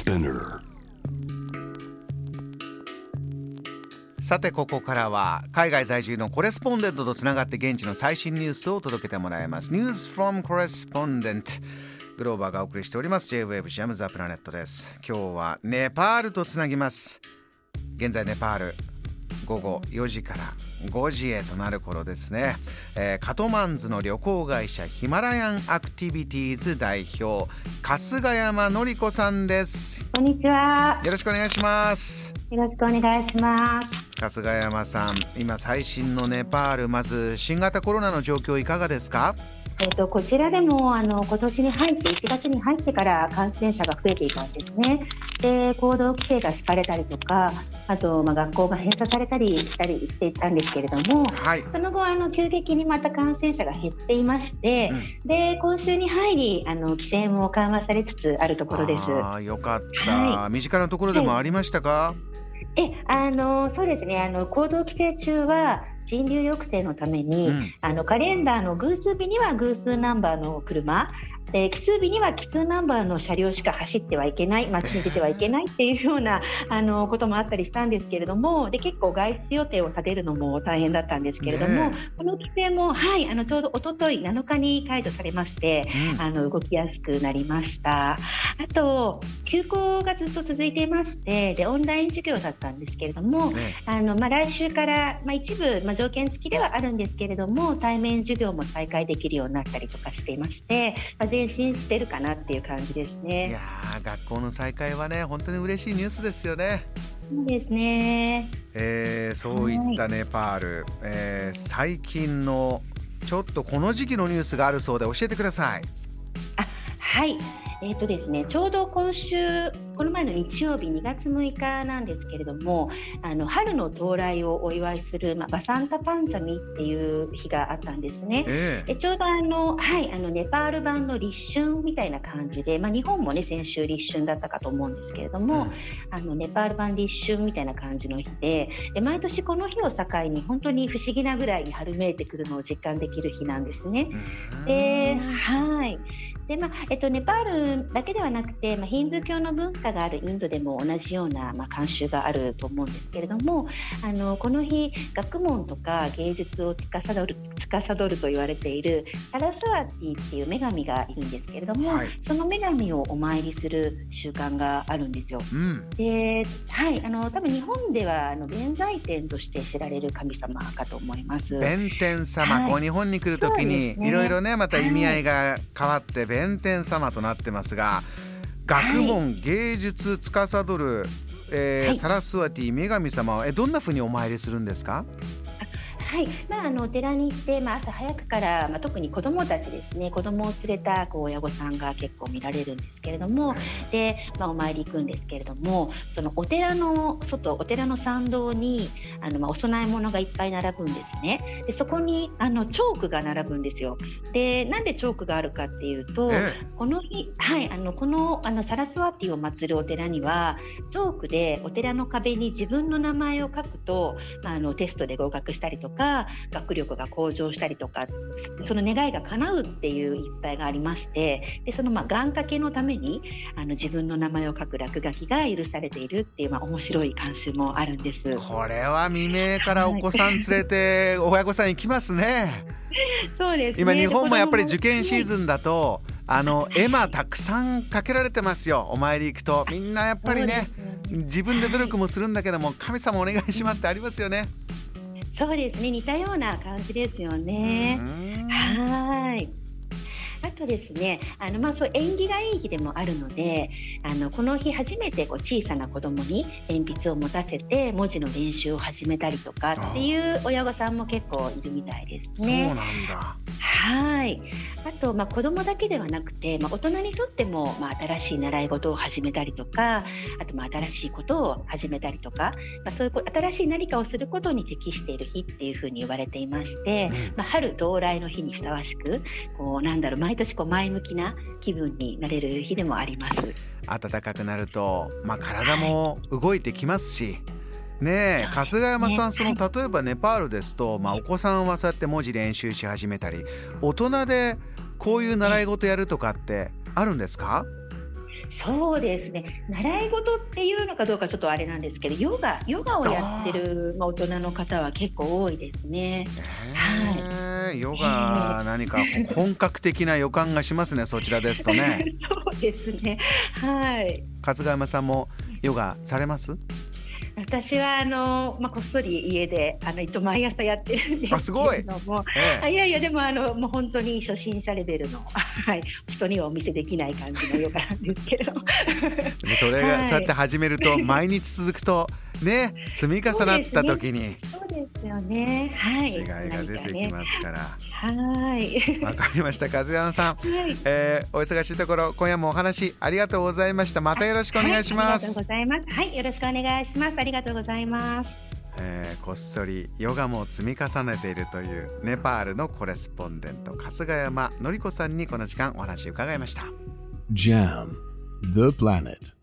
Spinner。 さてここからは海外在住のコレスポンデントとつながって現地の最新ニュースを届けてもらいます。 News from Correspondent。 グローバーがお送りしております J-Wave Jam the Planet です。今日はネパールとつなぎます。現在ネパール午後4時から5時へとなる頃ですね。カトマンズの旅行会社ヒマラヤンアクティビティーズ代表春日山典子さんです。 こんにちは。 よろしくお願いします。 よろしくお願いします。 春日山さん、今最新のネパール、まず新型コロナの状況いかがですか？ こちらでも今年に入って1月に入ってから感染者が増えていたんですね。で、行動規制が敷かれたりとか、あと学校が閉鎖されたりしたりしていたんですけれども、 はい、 その後急激にまた感染者が減っていまして、で今週に入り規制も緩和されつつあるところです。 よかった、 はい、 身近なところでもありましたか？ そうですね。行動規制中は人流抑制のために、カレンダーの偶数日には偶数ナンバーの車で、奇数日には奇数ナンバーの車両しか走ってはいけない、街に出てはいけないっていうようなこともあったりしたんですけれども、で結構外出予定を立てるのも大変だったんですけれども、この規制も、ちょうど一昨日7日に解除されまして、動きやすくなりました。あと休校がずっと続いていまして、でオンライン授業だったんですけれども、来週から、一部、条件付きではあるんですけれども、対面授業も再開できるようになったりとかしていまして、前進してるかなっていう感じですね。 いや学校の再開はね、本当に嬉しいニュースですよね。 そうですね。 そういったネパール、最近のちょっとこの時期のニュースがあるそうで教えてください。 はい。ですね、ちょうどこの前の日曜日2月6日なんですけれども、春の到来をお祝いする、バサンタパンチャミっていう日があったんですね。でちょうどネパール版の立春みたいな感じで、日本もね先週立春だったかと思うんですけれども、ネパール版立春みたいな感じの日で、毎年この日を境に本当に不思議なぐらいに春めいてくるのを実感できる日なんですね。で、ネパールだけではなくて、ヒンドゥー教の文化があるインドでも同じような、慣習があると思うんですけれども、この日学問とか芸術を司ると言われているサラスワティっていう女神がいるんですけれども、その女神をお参りする習慣があるんですよ。で、多分日本では弁財天として知られる神様かと思います。 弁天様、日本に来るときにいろいろね、また意味合いが変わって弁天様となってますが、学問、芸術司る、サラスワティ女神様はどんなふうにお参りするんですか？ お寺に行って、朝早くから、特に子どもたちですね、子どもを連れた親御さんが結構見られるんですけれども、で、お参り行くんですけれども、そのお寺の外、お寺の参道にお供え物がいっぱい並ぶんですね。でそこにチョークが並ぶんですよ。で、なんでチョークがあるかっていうと、この日、このサラスワティを祀るお寺にはチョークでお寺の壁に自分の名前を書くと、テストで合格したりとか学力が向上したりとか、その願いが叶うっていう一体がありまして、でその願掛けのために自分の名前を書く落書きが許されているっていう、面白い慣習もあるんです。 これは未明からお子さん連れて親御さん行きますね。 そうですね。 今日本もやっぱり受験シーズンだと絵馬たくさんかけられてますよ。お参り行くとみんなやっぱりね、自分で努力もするんだけども、神様お願いしますってありますよね。 そうですね、似たような感じですよね。あとですね、そう縁起がいい日でもあるので、この日初めて小さな子供に鉛筆を持たせて文字の練習を始めたりとかっていう親御さんも結構いるみたいですね。 そうなんだ。 あと、子供だけではなくて、大人にとっても、新しい習い事を始めたりとか、あと新しいことを始めたりとか、そういう新しい何かをすることに適している日っていうふうに言われていまして、春到来の日にふさわしく毎年前向きな気分になれる日でもあります。 暖かくなると、体も動いてきますし、ねえ、春日山さん、例えばネパールですと、お子さんはそうやって文字練習し始めたり、大人でこういう習い事やるとかってあるんですか？ そうですね、習い事っていうのかどうかちょっとあれなんですけど、ヨガをやってる、大人の方は結構多いですね。はい。 ヨガ、何か本格的な予感がしますね、そちらですとね。 そうですね。はい。 春日山さんもヨガされます？ 私はこっそり家で一応毎朝やってるんですけれども、いやいやでももう本当に初心者レベルの、はい、人にはお見せできない感じのヨガなんですけどでもそれが、そうやって始めると毎日続くとね、積み重なった時にそうですよね、はい、 違いが出てきますから。 はい、 わかりました。春日山さん、 はい、 お忙しいところ今夜もお話ありがとうございました。またよろしくお願いします。 ありがとうございます。はい、よろしくお願いします。ありがとうございます。 こっそりヨガも積み重ねているというネパールのコレスポンデント春日山紀子さんにこの時間お話を伺いました。 JAM The Planet